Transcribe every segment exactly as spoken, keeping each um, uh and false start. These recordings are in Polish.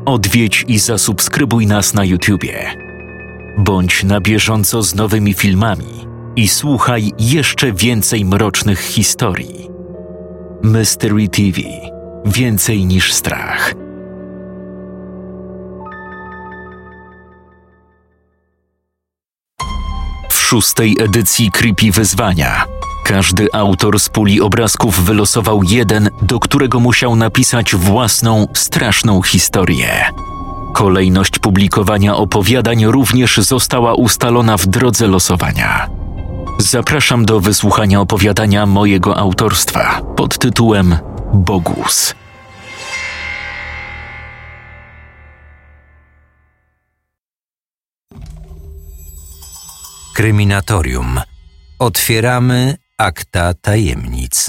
odwiedź i zasubskrybuj nas na YouTubie. Bądź na bieżąco z nowymi filmami i słuchaj jeszcze więcej mrocznych historii. Mystery T V. Więcej niż strach. W szóstej edycji Creepy Wyzwania każdy autor z puli obrazków wylosował jeden, do którego musiał napisać własną, straszną historię. Kolejność publikowania opowiadań również została ustalona w drodze losowania. Zapraszam do wysłuchania opowiadania mojego autorstwa pod tytułem Bogus. Kryminatorium. Otwieramy akta tajemnic.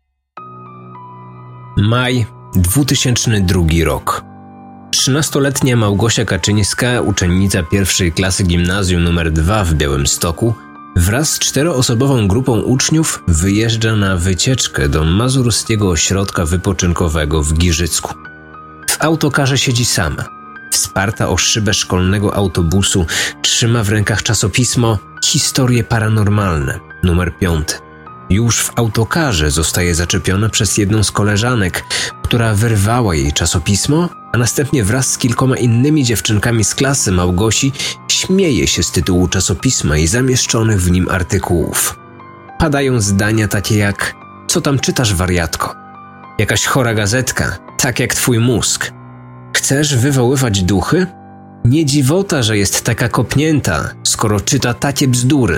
Maj dwa tysiące drugi rok. trzynastoletnia Małgosia Kaczyńska, uczennica pierwszej klasy gimnazjum numer dwa w Białymstoku, wraz z czteroosobową grupą uczniów wyjeżdża na wycieczkę do mazurskiego ośrodka wypoczynkowego w Giżycku. W autokarze siedzi sama. Wsparta o szybę szkolnego autobusu trzyma w rękach czasopismo Historie paranormalne, numer piąty. Już w autokarze zostaje zaczepiona przez jedną z koleżanek, która wyrwała jej czasopismo, a następnie wraz z kilkoma innymi dziewczynkami z klasy Małgosi śmieje się z tytułu czasopisma i zamieszczonych w nim artykułów. Padają zdania takie jak: co tam czytasz, wariatko? Jakaś chora gazetka, tak jak twój mózg. Chcesz wywoływać duchy? Nie dziwota, że jest taka kopnięta, skoro czyta takie bzdury.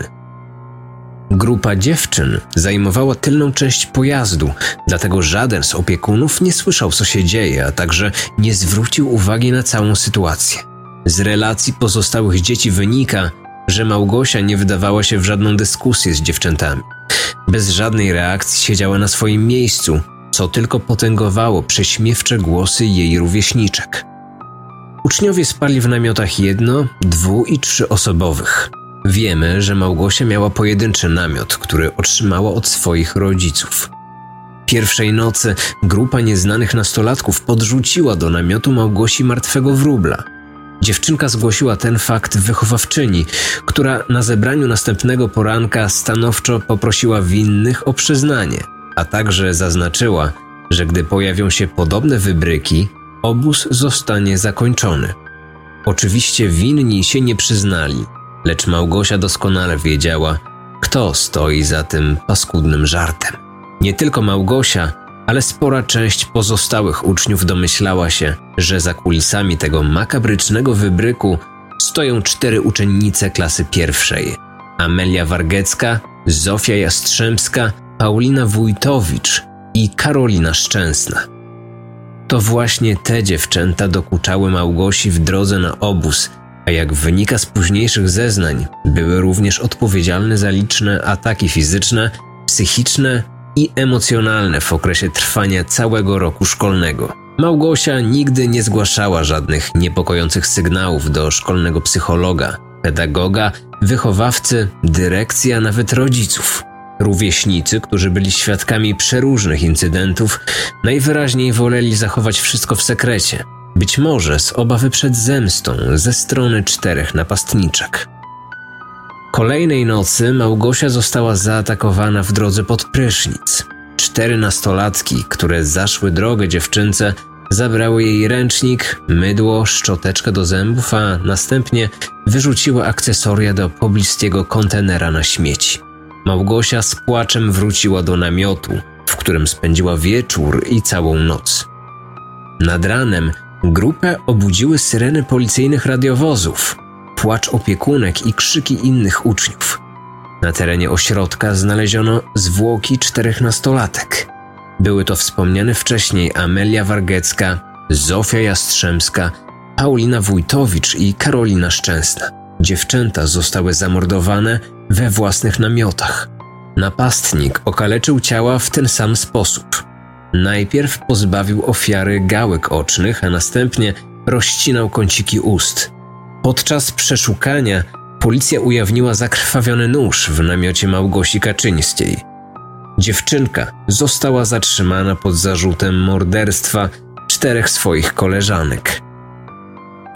Grupa dziewczyn zajmowała tylną część pojazdu, dlatego żaden z opiekunów nie słyszał, co się dzieje, a także nie zwrócił uwagi na całą sytuację. Z relacji pozostałych dzieci wynika, że Małgosia nie wdawała się w żadną dyskusję z dziewczętami. Bez żadnej reakcji siedziała na swoim miejscu, co tylko potęgowało prześmiewcze głosy jej rówieśniczek. Uczniowie spali w namiotach jedno-, dwu- i trzyosobowych. Wiemy, że Małgosia miała pojedynczy namiot, który otrzymała od swoich rodziców. Pierwszej nocy grupa nieznanych nastolatków podrzuciła do namiotu Małgosi martwego wróbla. Dziewczynka zgłosiła ten fakt wychowawczyni, która na zebraniu następnego poranka stanowczo poprosiła winnych o przyznanie, a także zaznaczyła, że gdy pojawią się podobne wybryki, obóz zostanie zakończony. Oczywiście winni się nie przyznali, lecz Małgosia doskonale wiedziała, kto stoi za tym paskudnym żartem. Nie tylko Małgosia, ale spora część pozostałych uczniów domyślała się, że za kulisami tego makabrycznego wybryku stoją cztery uczennice klasy pierwszej: Amelia Wargecka, Zofia Jastrzębska, Paulina Wójtowicz i Karolina Szczęsna. To właśnie te dziewczęta dokuczały Małgosi w drodze na obóz, a jak wynika z późniejszych zeznań, były również odpowiedzialne za liczne ataki fizyczne, psychiczne i emocjonalne w okresie trwania całego roku szkolnego. Małgosia nigdy nie zgłaszała żadnych niepokojących sygnałów do szkolnego psychologa, pedagoga, wychowawcy, dyrekcji, a nawet rodziców. Rówieśnicy, którzy byli świadkami przeróżnych incydentów, najwyraźniej woleli zachować wszystko w sekrecie. Być może z obawy przed zemstą ze strony czterech napastniczek. Kolejnej nocy Małgosia została zaatakowana w drodze pod prysznic. Cztery nastolatki, które zaszły drogę dziewczynce, zabrały jej ręcznik, mydło, szczoteczkę do zębów, a następnie wyrzuciły akcesoria do pobliskiego kontenera na śmieci. Małgosia z płaczem wróciła do namiotu, w którym spędziła wieczór i całą noc. Nad ranem grupę obudziły syreny policyjnych radiowozów, płacz opiekunek i krzyki innych uczniów. Na terenie ośrodka znaleziono zwłoki czterech nastolatek. Były to wspomniane wcześniej Amelia Wargecka, Zofia Jastrzębska, Paulina Wójtowicz i Karolina Szczęsna. Dziewczęta zostały zamordowane we własnych namiotach. Napastnik okaleczył ciała w ten sam sposób. Najpierw pozbawił ofiary gałek ocznych, a następnie rozcinał kąciki ust. Podczas przeszukania policja ujawniła zakrwawiony nóż w namiocie Małgosi Kaczyńskiej. Dziewczynka została zatrzymana pod zarzutem morderstwa czterech swoich koleżanek.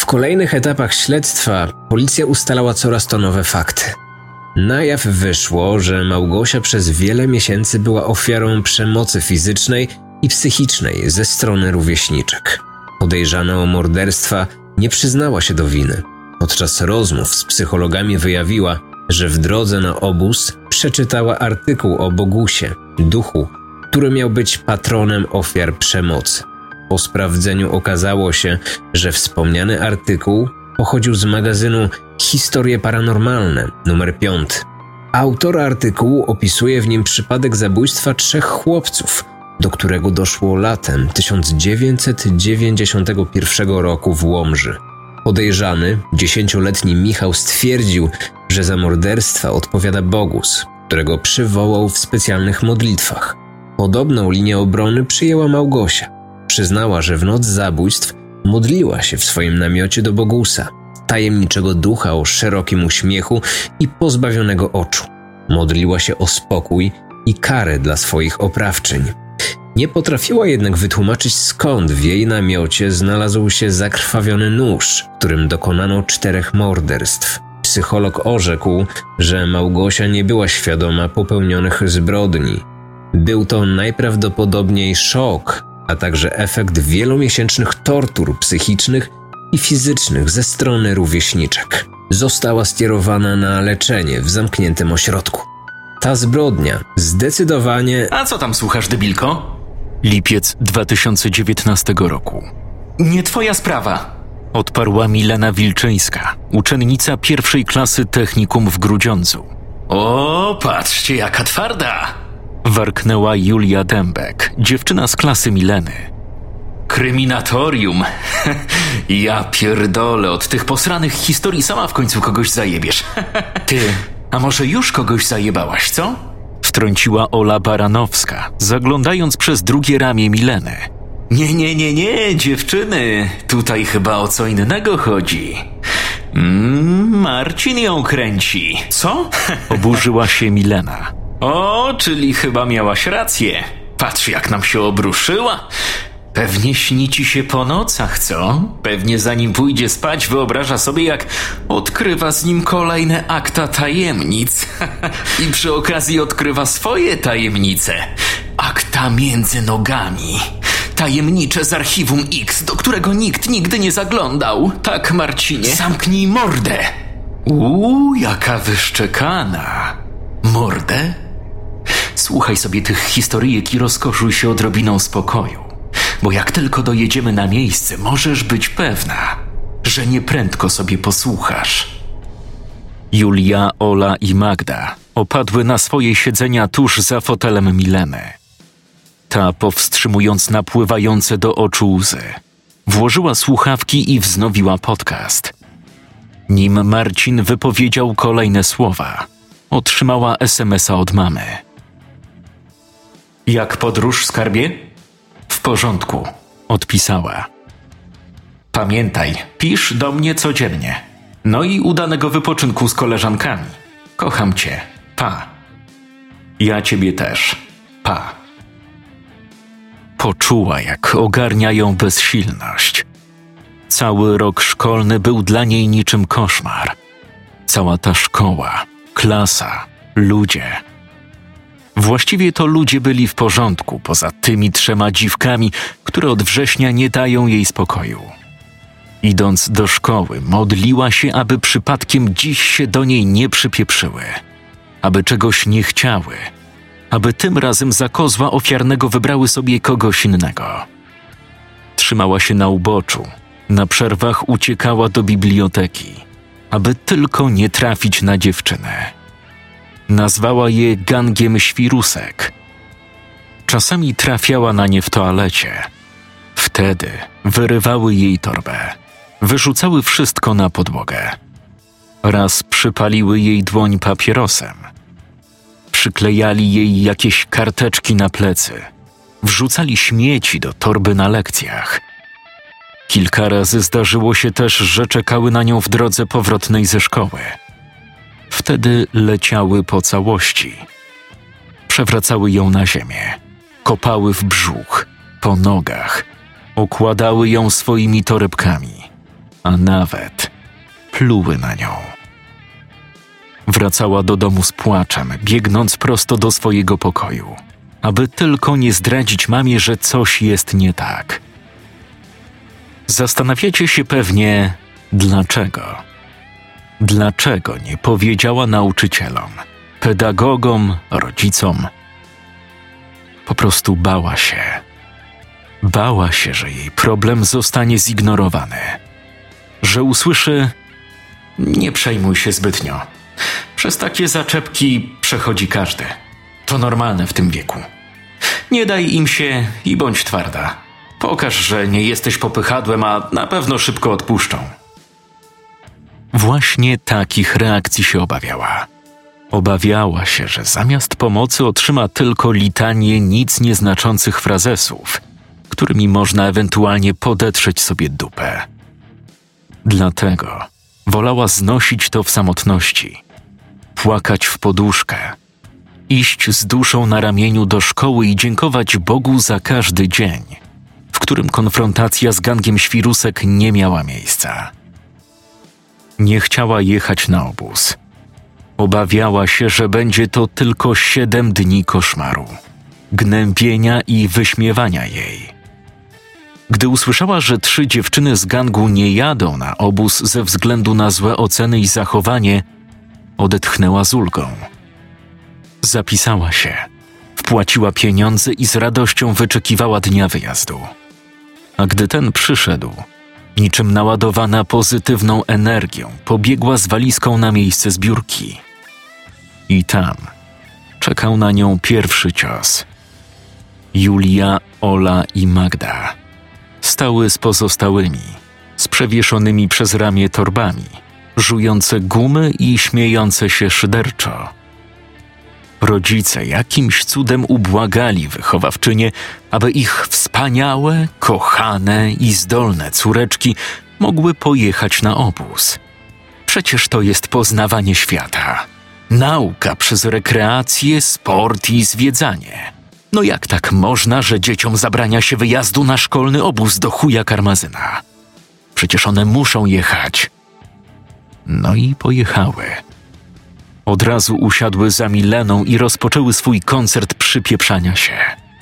kolejnych etapach śledztwa policja ustalała coraz to nowe fakty. Na jaw wyszło, że Małgosia przez wiele miesięcy była ofiarą przemocy fizycznej i psychicznej ze strony rówieśniczek. Podejrzana o morderstwa nie przyznała się do winy. Podczas rozmów z psychologami wyjawiła, że w drodze na obóz przeczytała artykuł o Bogusie, duchu, który miał być patronem ofiar przemocy. Po sprawdzeniu okazało się, że wspomniany artykuł pochodził z magazynu Historie Paranormalne numer piąty. Autor artykułu opisuje w nim przypadek zabójstwa trzech chłopców, do którego doszło latem tysiąc dziewięćset dziewięćdziesiątego pierwszego roku w Łomży. Podejrzany, dziesięcioletni Michał stwierdził, że za morderstwa odpowiada Bogus, którego przywołał w specjalnych modlitwach. Podobną linię obrony przyjęła Małgosia. Przyznała, że w noc zabójstw modliła się w swoim namiocie do Bogusa, tajemniczego ducha o szerokim uśmiechu i pozbawionego oczu. Modliła się o spokój i karę dla swoich oprawczyń. Nie potrafiła jednak wytłumaczyć, skąd w jej namiocie znalazł się zakrwawiony nóż, którym dokonano czterech morderstw. Psycholog orzekł, że Małgosia nie była świadoma popełnionych zbrodni. Był to najprawdopodobniej szok, a także efekt wielomiesięcznych tortur psychicznych i fizycznych ze strony rówieśniczek. Została skierowana na leczenie w zamkniętym ośrodku. Ta zbrodnia zdecydowanie... A co tam słuchasz, debilko? Lipiec dwa tysiące dziewiętnastego roku. Nie twoja sprawa, odparła Milena Wilczyńska, uczennica pierwszej klasy technikum w Grudziądzu. O, patrzcie, jaka twarda! Warknęła Julia Dębek, dziewczyna z klasy Mileny. Kryminatorium. Ja pierdolę, od tych posranych historii sama w końcu kogoś zajebiesz. Ty, a może już kogoś zajebałaś, co? Wtrąciła Ola Baranowska, zaglądając przez drugie ramię Mileny. Nie, nie, nie, nie, dziewczyny, tutaj chyba o co innego chodzi. Mm, Marcin ją kręci. Co? Oburzyła się Milena. O, czyli chyba miałaś rację. Patrz, jak nam się obruszyła. Pewnie śni ci się po nocach, co? Pewnie zanim pójdzie spać, wyobraża sobie, jak odkrywa z nim kolejne akta tajemnic. I przy okazji odkrywa swoje tajemnice. Akta między nogami. Tajemnicze z archiwum X, do którego nikt nigdy nie zaglądał. Tak, Marcinie? Zamknij mordę. Uuu, jaka wyszczekana. Mordę? Słuchaj sobie tych historyjek i rozkoszuj się odrobiną spokoju. Bo jak tylko dojedziemy na miejsce, możesz być pewna, że nieprędko sobie posłuchasz. Julia, Ola i Magda opadły na swoje siedzenia tuż za fotelem Mileny. Ta, powstrzymując napływające do oczu łzy, włożyła słuchawki i wznowiła podcast. Nim Marcin wypowiedział kolejne słowa, otrzymała es em es a od mamy. Jak podróż, skarbie? W porządku, odpisała. Pamiętaj, pisz do mnie codziennie. No i udanego wypoczynku z koleżankami. Kocham cię. Pa. Ja ciebie też. Pa. Poczuła, jak ogarnia ją bezsilność. Cały rok szkolny był dla niej niczym koszmar. Cała ta szkoła, klasa, ludzie. Właściwie to ludzie byli w porządku, poza tymi trzema dziwkami, które od września nie dają jej spokoju. Idąc do szkoły, modliła się, aby przypadkiem dziś się do niej nie przypieprzyły, aby czegoś nie chciały, aby tym razem za kozła ofiarnego wybrały sobie kogoś innego. Trzymała się na uboczu, na przerwach uciekała do biblioteki, aby tylko nie trafić na dziewczynę. Nazwała je gangiem świrusek. Czasami trafiała na nie w toalecie. Wtedy wyrywały jej torbę. Wyrzucały wszystko na podłogę. Raz przypaliły jej dłoń papierosem. Przyklejali jej jakieś karteczki na plecy. Wrzucali śmieci do torby na lekcjach. Kilka razy zdarzyło się też, że czekały na nią w drodze powrotnej ze szkoły. Wtedy leciały po całości. Przewracały ją na ziemię. Kopały w brzuch, po nogach. Okładały ją swoimi torebkami. a nawet pluły na nią. Wracała do domu z płaczem, biegnąc prosto do swojego pokoju, aby tylko nie zdradzić mamie, że coś jest nie tak. Zastanawiacie się pewnie, dlaczego. Dlaczego nie powiedziała nauczycielom, pedagogom, rodzicom? Po prostu bała się. Bała się, że jej problem zostanie zignorowany. Że usłyszy: nie przejmuj się zbytnio. Przez takie zaczepki przechodzi każdy. To normalne w tym wieku. Nie daj im się i bądź twarda. Pokaż, że nie jesteś popychadłem, a na pewno szybko odpuszczą. Właśnie takich reakcji się obawiała. Obawiała się, że zamiast pomocy otrzyma tylko litanię nic nieznaczących frazesów, którymi można ewentualnie podetrzeć sobie dupę. Dlatego wolała znosić to w samotności, płakać w poduszkę, iść z duszą na ramieniu do szkoły i dziękować Bogu za każdy dzień, w którym konfrontacja z gangiem świrusek nie miała miejsca. Nie chciała jechać na obóz. Obawiała się, że będzie to tylko siedem dni koszmaru, gnębienia i wyśmiewania jej. Gdy usłyszała, że trzy dziewczyny z gangu nie jadą na obóz ze względu na złe oceny i zachowanie, odetchnęła z ulgą. Zapisała się, wpłaciła pieniądze i z radością wyczekiwała dnia wyjazdu. A gdy ten przyszedł, niczym naładowana pozytywną energią, pobiegła z walizką na miejsce zbiórki. I tam czekał na nią pierwszy cios. Julia, Ola i Magda stały z pozostałymi, z przewieszonymi przez ramię torbami, żujące gumy i śmiejące się szyderczo. Rodzice jakimś cudem ubłagali wychowawczynię, aby ich wspaniałe, kochane i zdolne córeczki mogły pojechać na obóz. Przecież to jest poznawanie świata. Nauka przez rekreację, sport i zwiedzanie. No jak tak można, że dzieciom zabrania się wyjazdu na szkolny obóz do chuja Karmazyna? Przecież one muszą jechać. No i pojechały. Od razu usiadły za Mileną i rozpoczęły swój koncert przypieprzania się.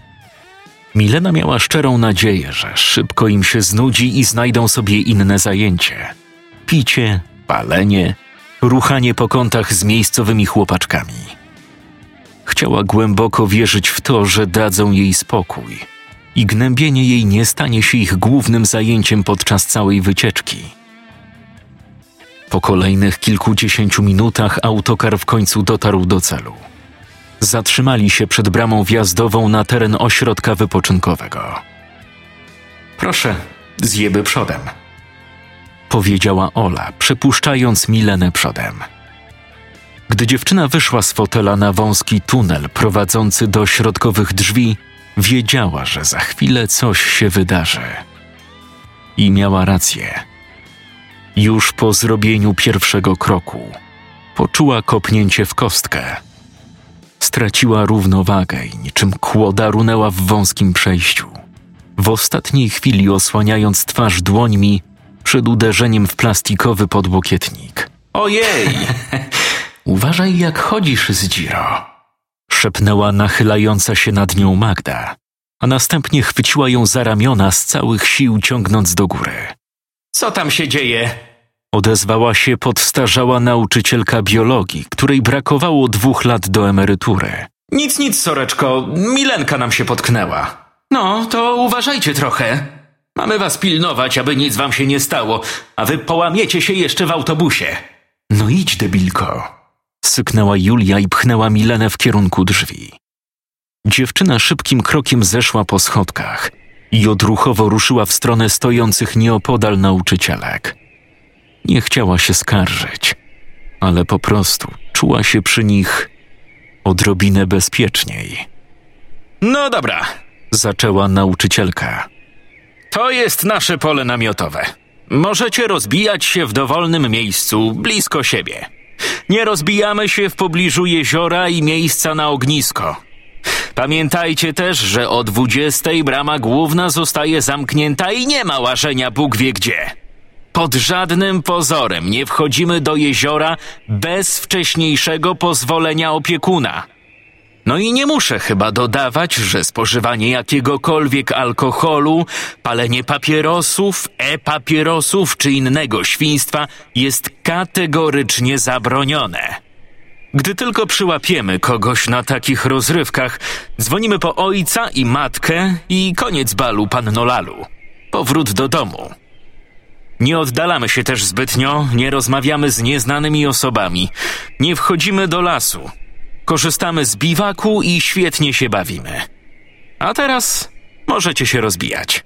Milena miała szczerą nadzieję, że szybko im się znudzi i znajdą sobie inne zajęcie. Picie, palenie, ruchanie po kątach z miejscowymi chłopaczkami. Chciała głęboko wierzyć w to, że dadzą jej spokój i gnębienie jej nie stanie się ich głównym zajęciem podczas całej wycieczki. Po kolejnych kilkudziesięciu minutach autokar w końcu dotarł do celu. Zatrzymali się przed bramą wjazdową na teren ośrodka wypoczynkowego. Proszę, zjeby przodem, powiedziała Ola, przepuszczając Milenę przodem. Gdy dziewczyna wyszła z fotela na wąski tunel prowadzący do środkowych drzwi, wiedziała, że za chwilę coś się wydarzy. I miała rację. Już po zrobieniu pierwszego kroku poczuła kopnięcie w kostkę. Straciła równowagę i niczym kłoda runęła w wąskim przejściu, w ostatniej chwili osłaniając twarz dłońmi przed uderzeniem w plastikowy podłokietnik. Ojej! Uważaj, jak chodzisz, Zdziro! Szepnęła nachylająca się nad nią Magda, a następnie chwyciła ją za ramiona z całych sił ciągnąc do góry. Co tam się dzieje? Odezwała się podstarzała nauczycielka biologii, której brakowało dwóch lat do emerytury. Nic, nic, soreczko, Milenka nam się potknęła. No, to uważajcie trochę. Mamy was pilnować, aby nic wam się nie stało, a wy połamiecie się jeszcze w autobusie. No idź, debilko. Syknęła Julia i pchnęła Milenę w kierunku drzwi. Dziewczyna szybkim krokiem zeszła po schodkach i odruchowo ruszyła w stronę stojących nieopodal nauczycielek. Nie chciała się skarżyć, ale po prostu czuła się przy nich odrobinę bezpieczniej. No dobra, zaczęła nauczycielka. To jest nasze pole namiotowe. Możecie rozbijać się w dowolnym miejscu, blisko siebie. Nie rozbijamy się w pobliżu jeziora i miejsca na ognisko. Pamiętajcie też, że o dwudziestej brama główna zostaje zamknięta i nie ma łażenia Bóg wie gdzie. Pod żadnym pozorem nie wchodzimy do jeziora bez wcześniejszego pozwolenia opiekuna. No i nie muszę chyba dodawać, że spożywanie jakiegokolwiek alkoholu, palenie papierosów, e-papierosów czy innego świństwa jest kategorycznie zabronione. Gdy tylko przyłapiemy kogoś na takich rozrywkach, dzwonimy po ojca i matkę i koniec balu, panno Lalu. Powrót do domu. Nie oddalamy się też zbytnio, nie rozmawiamy z nieznanymi osobami, nie wchodzimy do lasu. Korzystamy z biwaku i świetnie się bawimy. A teraz możecie się rozbijać.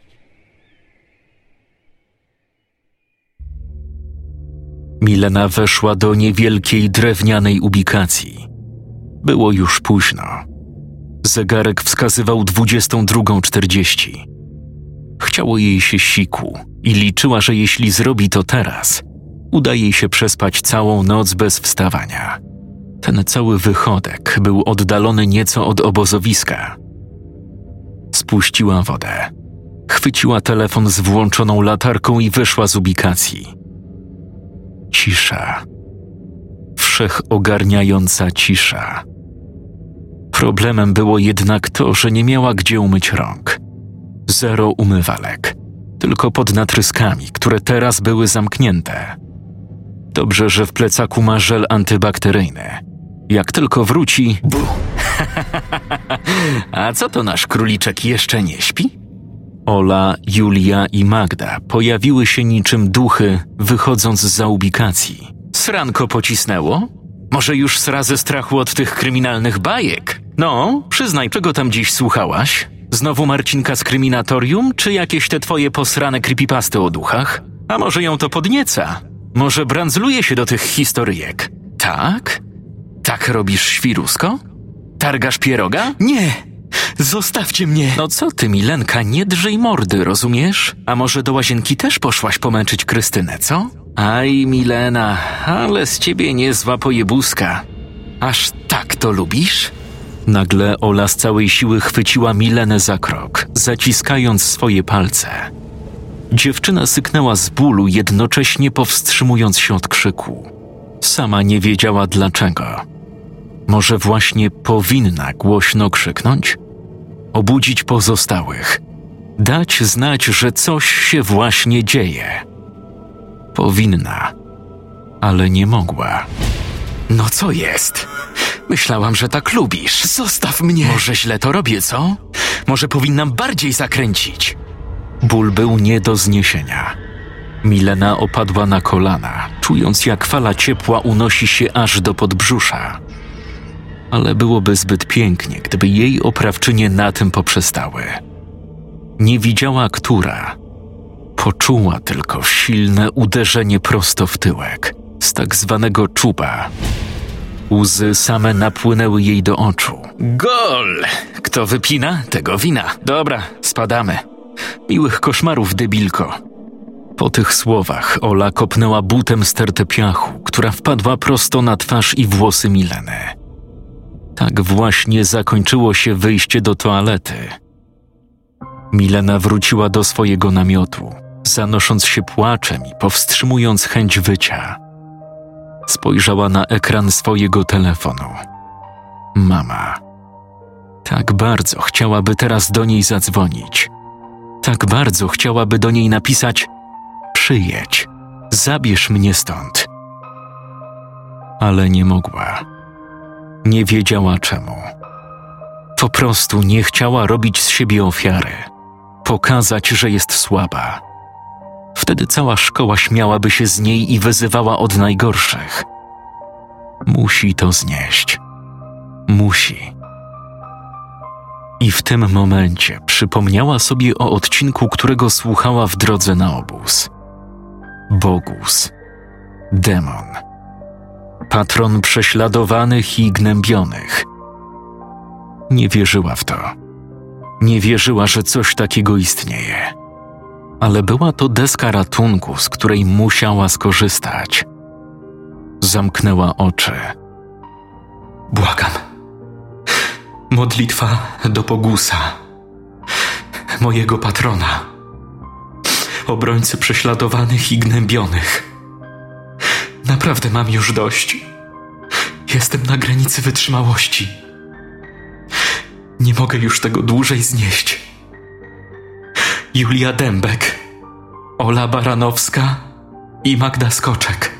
Milena weszła do niewielkiej drewnianej ubikacji. Było już późno. Zegarek wskazywał dwudziestą drugą czterdzieści. Chciało jej się siku i liczyła, że jeśli zrobi to teraz, uda jej się przespać całą noc bez wstawania. Ten cały wychodek był oddalony nieco od obozowiska. Spuściła wodę. Chwyciła telefon z włączoną latarką i wyszła z ubikacji. Cisza. Wszechogarniająca cisza. Problemem było jednak to, że nie miała gdzie umyć rąk. Zero umywalek. Tylko pod natryskami, które teraz były zamknięte. Dobrze, że w plecaku ma żel antybakteryjny. Jak tylko wróci... Bu! A co to nasz króliczek jeszcze nie śpi? Ola, Julia i Magda pojawiły się niczym duchy, wychodząc zza ubikacji. Sranko pocisnęło? Może już sra ze strachu od tych kryminalnych bajek? No, przyznaj, czego tam dziś słuchałaś? Znowu Marcinka z kryminatorium, czy jakieś te twoje posrane creepypasty o duchach? A może ją to podnieca? Może brandzluje się do tych historyjek? Tak? Tak robisz, świrusko? Targasz pieroga? Nie! Zostawcie mnie! No co ty, Milenka, nie drżyj mordy, rozumiesz? A może do łazienki też poszłaś pomęczyć Krystynę, co? Aj, Milena, ale z ciebie niezła pojebuska. Aż tak to lubisz? Nagle Ola z całej siły chwyciła Milenę za krok, zaciskając swoje palce. Dziewczyna syknęła z bólu, jednocześnie powstrzymując się od krzyku. Sama nie wiedziała dlaczego. Może właśnie powinna głośno krzyknąć? Obudzić pozostałych. Dać znać, że coś się właśnie dzieje. Powinna, ale nie mogła. No co jest? Myślałam, że tak lubisz. Zostaw mnie! Może źle to robię, co? Może powinnam bardziej zakręcić? Ból był nie do zniesienia. Milena opadła na kolana, czując jak fala ciepła unosi się aż do podbrzusza. Ale byłoby zbyt pięknie, gdyby jej oprawczynie na tym poprzestały. Nie widziała, która. Poczuła tylko silne uderzenie prosto w tyłek, z tak zwanego czuba. Łzy same napłynęły jej do oczu. Gol! Kto wypina, tego wina. Dobra, spadamy. Miłych koszmarów, debilko. Po tych słowach Ola kopnęła butem stertę piachu, która wpadła prosto na twarz i włosy Mileny. Tak właśnie zakończyło się wyjście do toalety. Milena wróciła do swojego namiotu, zanosząc się płaczem i powstrzymując chęć wycia. Spojrzała na ekran swojego telefonu. Mama. Tak bardzo chciałaby teraz do niej zadzwonić. Tak bardzo chciałaby do niej napisać: przyjedź, zabierz mnie stąd. Ale nie mogła. Nie wiedziała czemu. Po prostu nie chciała robić z siebie ofiary. Pokazać, że jest słaba. Wtedy cała szkoła śmiałaby się z niej i wyzywała od najgorszych. Musi to znieść. Musi. I w tym momencie przypomniała sobie o odcinku, którego słuchała w drodze na obóz. Bogus. Demon. Patron prześladowanych i gnębionych. Nie wierzyła w to. Nie wierzyła, że coś takiego istnieje. Ale była to deska ratunku, z której musiała skorzystać. Zamknęła oczy. Błagam. Modlitwa do Bogusa, mojego patrona. obrońcy prześladowanych i gnębionych. Naprawdę mam już dość. Jestem na granicy wytrzymałości. Nie mogę już tego dłużej znieść. Julia Dębek, Ola Baranowska i Magda Skoczek.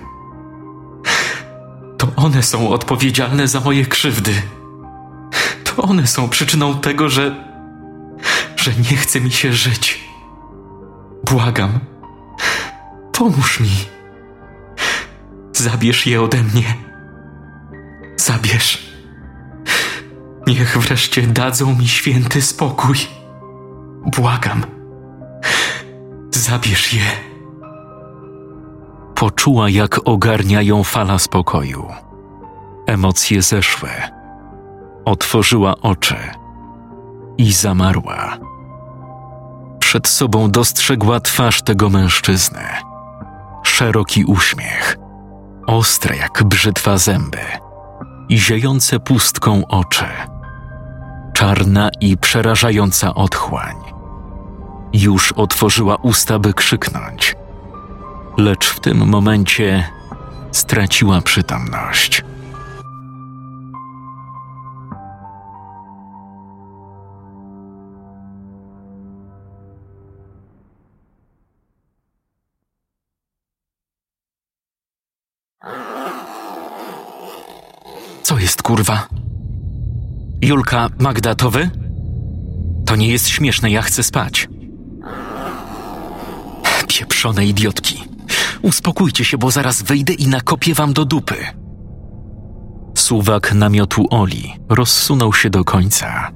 To one są odpowiedzialne za moje krzywdy. To one są przyczyną tego, że... że nie chce mi się żyć. Błagam, pomóż mi. Zabierz je ode mnie. Zabierz. Niech wreszcie dadzą mi święty spokój. Błagam. Zabierz je. Poczuła, jak ogarnia ją fala spokoju. Emocje zeszły. Otworzyła oczy i zamarła. Przed sobą dostrzegła twarz tego mężczyzny. Szeroki uśmiech, ostre jak brzytwa zęby i ziejące pustką oczy. Czarna i przerażająca otchłań. Już otworzyła usta, by krzyknąć, lecz w tym momencie straciła przytomność. Co jest, kurwa? Julka, Magda, to wy? To nie jest śmieszne, ja chcę spać. Pieprzone idiotki. Uspokójcie się, bo zaraz wyjdę i nakopię wam do dupy. Suwak namiotu Oli rozsunął się do końca.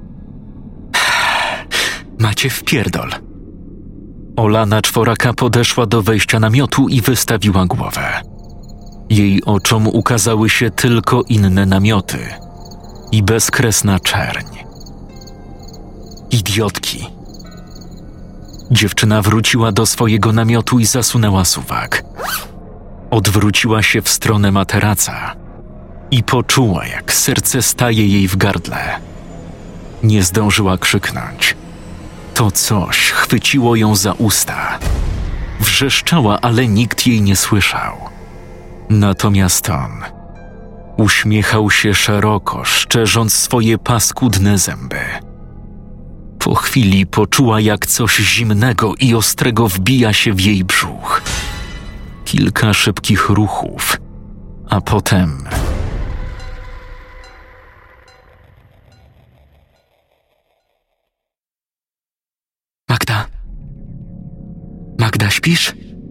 Macie wpierdol. Ola na czworaka podeszła do wejścia namiotu i wystawiła głowę. Jej oczom ukazały się tylko inne namioty i bezkresna czerń. Idiotki. Dziewczyna wróciła do swojego namiotu i zasunęła suwak. Odwróciła się w stronę materaca i poczuła, jak serce staje jej w gardle. Nie zdążyła krzyknąć. To coś chwyciło ją za usta. Wrzeszczała, ale nikt jej nie słyszał. Natomiast on uśmiechał się szeroko, szczerząc swoje paskudne zęby. Po chwili poczuła, jak coś zimnego i ostrego wbija się w jej brzuch. Kilka szybkich ruchów, a potem... Magda? Magda, śpisz?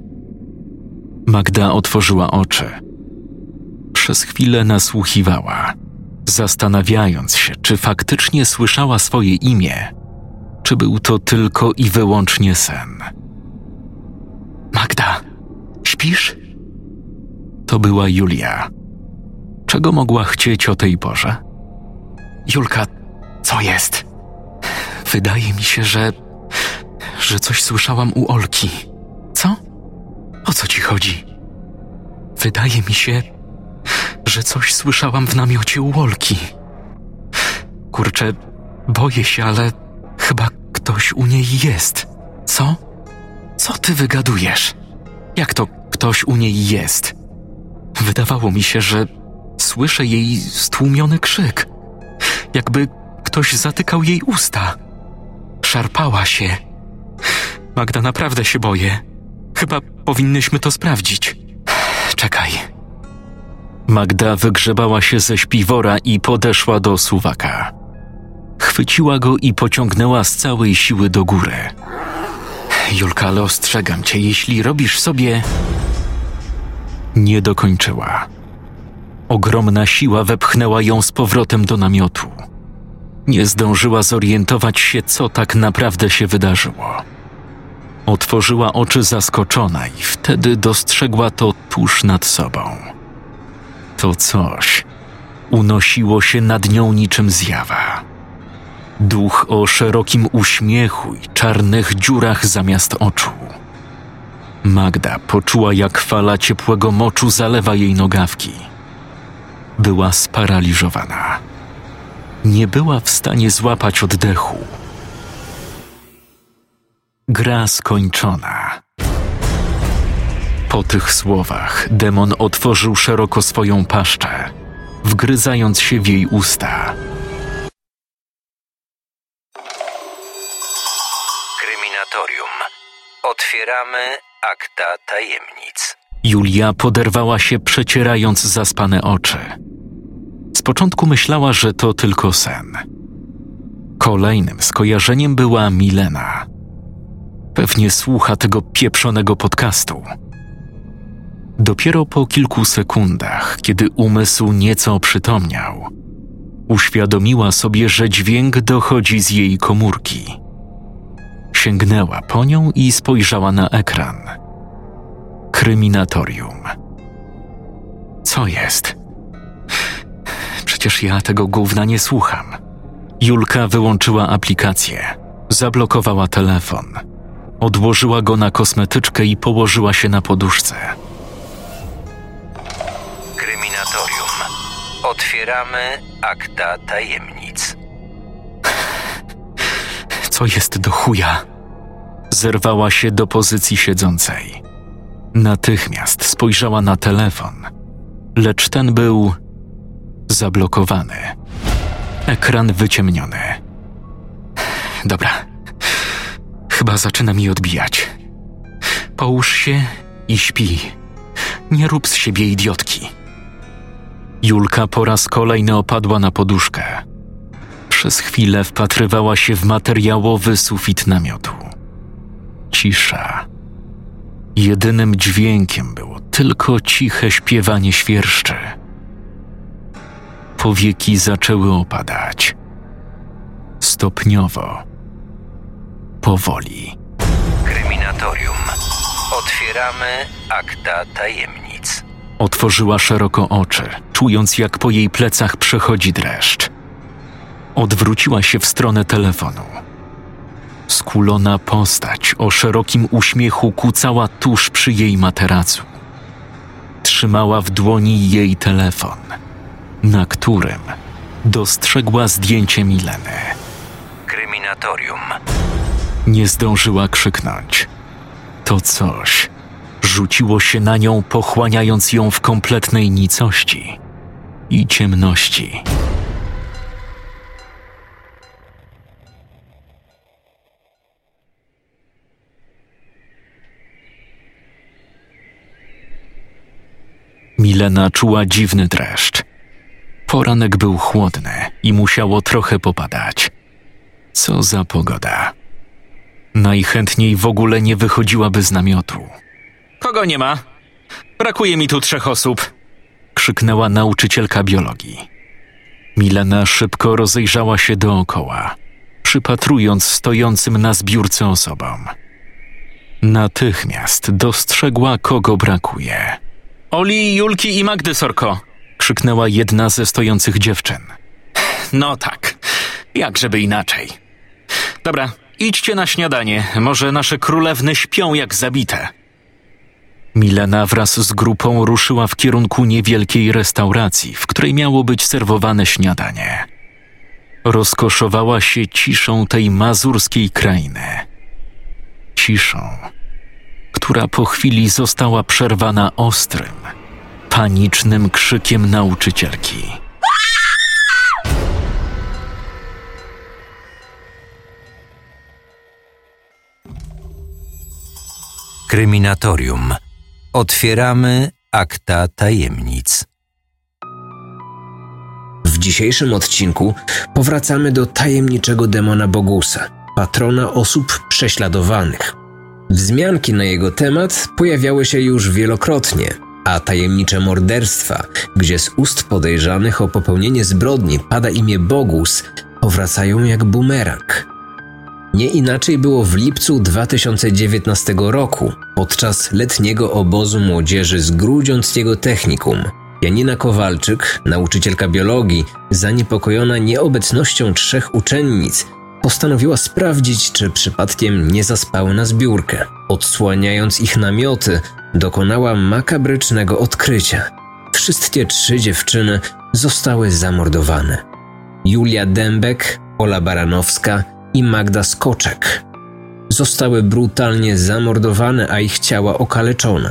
Magda otworzyła oczy. Przez chwilę nasłuchiwała, zastanawiając się, czy faktycznie słyszała swoje imię, czy był to tylko i wyłącznie sen. Magda, śpisz? To była Julia. Czego mogła chcieć o tej porze? Julka, co jest? Wydaje mi się, że... że coś słyszałam u Olki. Co? O co ci chodzi? Wydaje mi się, że coś słyszałam w namiocie u Olki. Kurczę, boję się, ale chyba ktoś u niej jest. Co? Co ty wygadujesz? Jak to ktoś u niej jest? Wydawało mi się, że słyszę jej stłumiony krzyk. Jakby ktoś zatykał jej usta. Szarpała się. Magda, naprawdę się boję. Chyba powinnyśmy to sprawdzić. Czekaj. Magda wygrzebała się ze śpiwora i podeszła do suwaka. Chwyciła go i pociągnęła z całej siły do góry. Julka, ale ostrzegam cię, jeśli robisz sobie... Nie dokończyła. Ogromna siła wepchnęła ją z powrotem do namiotu. Nie zdążyła zorientować się, co tak naprawdę się wydarzyło. Otworzyła oczy zaskoczona i wtedy dostrzegła to tuż nad sobą. To coś unosiło się nad nią niczym zjawa. Duch o szerokim uśmiechu i czarnych dziurach zamiast oczu. Magda poczuła, jak fala ciepłego moczu zalewa jej nogawki. Była sparaliżowana. Nie była w stanie złapać oddechu. Gra skończona. Po tych słowach demon otworzył szeroko swoją paszczę, wgryzając się w jej usta. Kryminatorium. Otwieramy akta tajemnic. Julia poderwała się, przecierając zaspane oczy. Z początku myślała, że to tylko sen. Kolejnym skojarzeniem była Milena. Pewnie słucha tego pieprzonego podcastu. Dopiero po kilku sekundach, kiedy umysł nieco oprzytomniał, uświadomiła sobie, że dźwięk dochodzi z jej komórki. Sięgnęła po nią i spojrzała na ekran. Kryminatorium. Co jest? Przecież ja tego gówna nie słucham. Julka wyłączyła aplikację, zablokowała telefon, odłożyła go na kosmetyczkę i położyła się na poduszce. Kryminatorium. Otwieramy akta tajemnic. Co jest do chuja? Zerwała się do pozycji siedzącej. Natychmiast spojrzała na telefon, lecz ten był zablokowany. Ekran wyciemniony. Dobra, chyba zaczyna mi odbijać. Połóż się i śpi. Nie rób z siebie idiotki. Julka po raz kolejny opadła na poduszkę. Przez chwilę wpatrywała się w materiałowy sufit namiotu. Cisza. Jedynym dźwiękiem było tylko ciche śpiewanie świerszczy. Powieki zaczęły opadać. Stopniowo. Powoli. Kryminatorium. Otwieramy akta tajemnic. Otworzyła szeroko oczy, czując, jak po jej plecach przechodzi dreszcz. Odwróciła się w stronę telefonu. Skulona postać o szerokim uśmiechu kucała tuż przy jej materacu. Trzymała w dłoni jej telefon, na którym dostrzegła zdjęcie Mileny. Kryminatorium. Nie zdążyła krzyknąć. To coś rzuciło się na nią, pochłaniając ją w kompletnej nicości i ciemności. Milena czuła dziwny dreszcz. Poranek był chłodny i musiało trochę popadać. Co za pogoda. Najchętniej w ogóle nie wychodziłaby z namiotu. Kogo nie ma? Brakuje mi tu trzech osób, krzyknęła nauczycielka biologii. Milena szybko rozejrzała się dookoła, przypatrując stojącym na zbiórce osobom. Natychmiast dostrzegła, kogo brakuje. Oli, Julki i Magdy, Sorko, krzyknęła jedna ze stojących dziewczyn. No tak, jak żeby inaczej. Dobra, idźcie na śniadanie, może nasze królewny śpią jak zabite. Milena wraz z grupą ruszyła w kierunku niewielkiej restauracji, w której miało być serwowane śniadanie. Rozkoszowała się ciszą tej mazurskiej krainy. Ciszą, która po chwili została przerwana ostrym, panicznym krzykiem nauczycielki. Kryminatorium. Otwieramy akta tajemnic. W dzisiejszym odcinku powracamy do tajemniczego demona Bogusa, patrona osób prześladowanych. Wzmianki na jego temat pojawiały się już wielokrotnie, a tajemnicze morderstwa, gdzie z ust podejrzanych o popełnienie zbrodni pada imię Bogus, powracają jak bumerang. Nie inaczej było w lipcu dwa tysiące dziewiętnastego roku, podczas letniego obozu młodzieży z Grudziąckiego Technikum. Janina Kowalczyk, nauczycielka biologii, zaniepokojona nieobecnością trzech uczennic, postanowiła sprawdzić, czy przypadkiem nie zaspały na zbiórkę. Odsłaniając ich namioty, dokonała makabrycznego odkrycia. Wszystkie trzy dziewczyny zostały zamordowane. Julia Dębek, Ola Baranowska i Magda Skoczek. Zostały brutalnie zamordowane, a ich ciała okaleczone.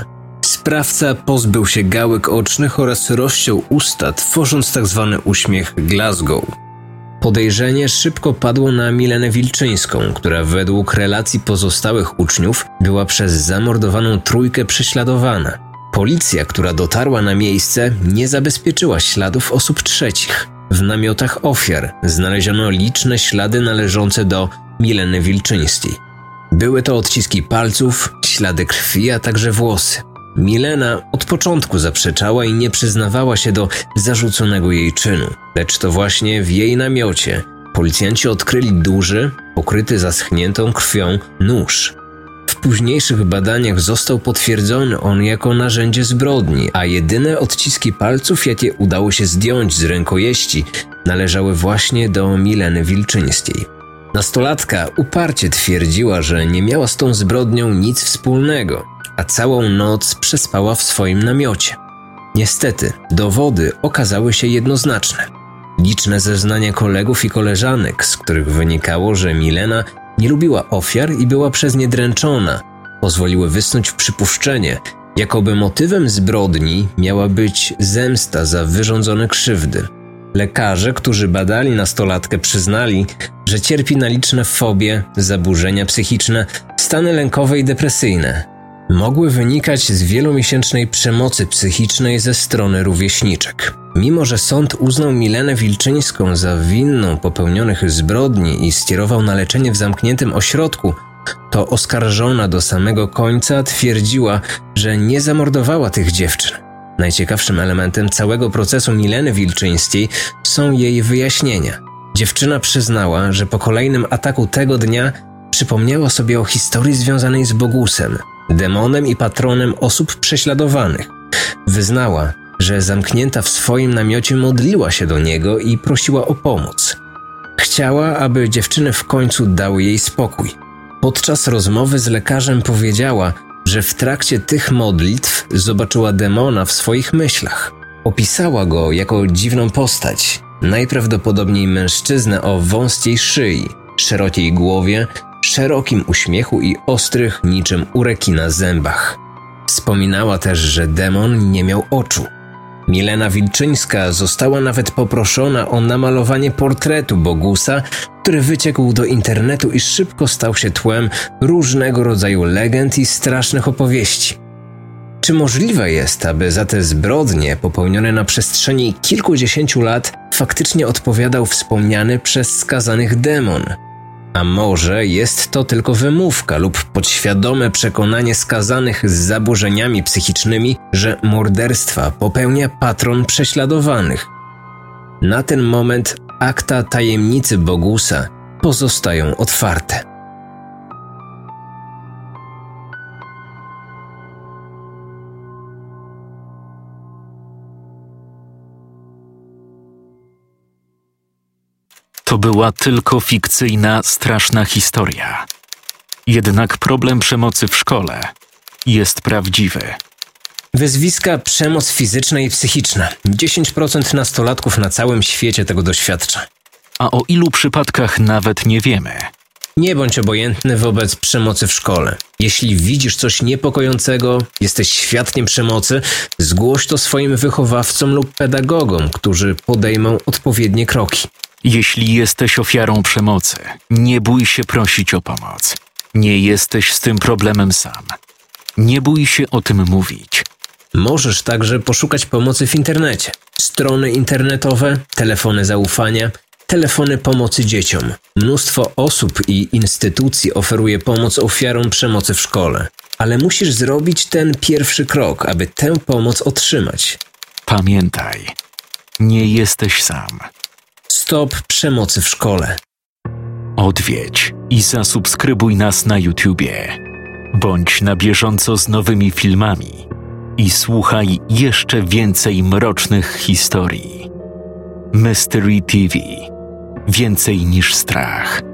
Sprawca pozbył się gałek ocznych oraz rozciął usta, tworząc tzw. uśmiech Glasgow. Podejrzenie szybko padło na Milenę Wilczyńską, która według relacji pozostałych uczniów była przez zamordowaną trójkę prześladowana. Policja, która dotarła na miejsce, nie zabezpieczyła śladów osób trzecich. W namiotach ofiar znaleziono liczne ślady należące do Mileny Wilczyńskiej. Były to odciski palców, ślady krwi, a także włosy. Milena od początku zaprzeczała i nie przyznawała się do zarzuconego jej czynu, lecz to właśnie w jej namiocie policjanci odkryli duży, pokryty zaschniętą krwią nóż. W późniejszych badaniach został potwierdzony on jako narzędzie zbrodni, a jedyne odciski palców, jakie udało się zdjąć z rękojeści, należały właśnie do Mileny Wilczyńskiej. Nastolatka uparcie twierdziła, że nie miała z tą zbrodnią nic wspólnego, a całą noc przespała w swoim namiocie. Niestety, dowody okazały się jednoznaczne. Liczne zeznania kolegów i koleżanek, z których wynikało, że Milena nie lubiła ofiar i była przez nie dręczona, pozwoliły wysnuć w przypuszczenie, jakoby motywem zbrodni miała być zemsta za wyrządzone krzywdy. Lekarze, którzy badali nastolatkę, przyznali, że cierpi na liczne fobie, zaburzenia psychiczne, stany lękowe i depresyjne. Mogły wynikać z wielomiesięcznej przemocy psychicznej ze strony rówieśniczek. Mimo że sąd uznał Milenę Wilczyńską za winną popełnionych zbrodni i skierował na leczenie w zamkniętym ośrodku, to oskarżona do samego końca twierdziła, że nie zamordowała tych dziewczyn. Najciekawszym elementem całego procesu Mileny Wilczyńskiej są jej wyjaśnienia. Dziewczyna przyznała, że po kolejnym ataku tego dnia przypomniała sobie o historii związanej z Bogusem, demonem i patronem osób prześladowanych. Wyznała, że zamknięta w swoim namiocie modliła się do niego i prosiła o pomoc. Chciała, aby dziewczyny w końcu dały jej spokój. Podczas rozmowy z lekarzem powiedziała, że w trakcie tych modlitw zobaczyła demona w swoich myślach. Opisała go jako dziwną postać, najprawdopodobniej mężczyznę o wąskiej szyi, szerokiej głowie, szerokim uśmiechu i ostrych niczym u rekina zębach. Wspominała też, że demon nie miał oczu. Milena Wilczyńska została nawet poproszona o namalowanie portretu Bogusa, który wyciekł do internetu i szybko stał się tłem różnego rodzaju legend i strasznych opowieści. Czy możliwe jest, aby za te zbrodnie popełnione na przestrzeni kilkudziesięciu lat faktycznie odpowiadał wspomniany przez skazanych demon? A może jest to tylko wymówka lub podświadome przekonanie skazanych z zaburzeniami psychicznymi, że morderstwa popełnia patron prześladowanych? Na ten moment akta tajemnicy Bogusa pozostają otwarte. To była tylko fikcyjna, straszna historia. Jednak problem przemocy w szkole jest prawdziwy. Wyzwiska przemoc fizyczna i psychiczna. dziesięć procent nastolatków na całym świecie tego doświadcza. A o ilu przypadkach nawet nie wiemy. Nie bądź obojętny wobec przemocy w szkole. Jeśli widzisz coś niepokojącego, jesteś świadkiem przemocy, zgłoś to swoim wychowawcom lub pedagogom, którzy podejmą odpowiednie kroki. Jeśli jesteś ofiarą przemocy, nie bój się prosić o pomoc. Nie jesteś z tym problemem sam. Nie bój się o tym mówić. Możesz także poszukać pomocy w internecie. Strony internetowe, telefony zaufania, telefony pomocy dzieciom. Mnóstwo osób i instytucji oferuje pomoc ofiarom przemocy w szkole. Ale musisz zrobić ten pierwszy krok, aby tę pomoc otrzymać. Pamiętaj, nie jesteś sam. Stop przemocy w szkole. Odwiedź i zasubskrybuj nas na YouTubie. Bądź na bieżąco z nowymi filmami i słuchaj jeszcze więcej mrocznych historii. Mystery T V. Więcej niż strach.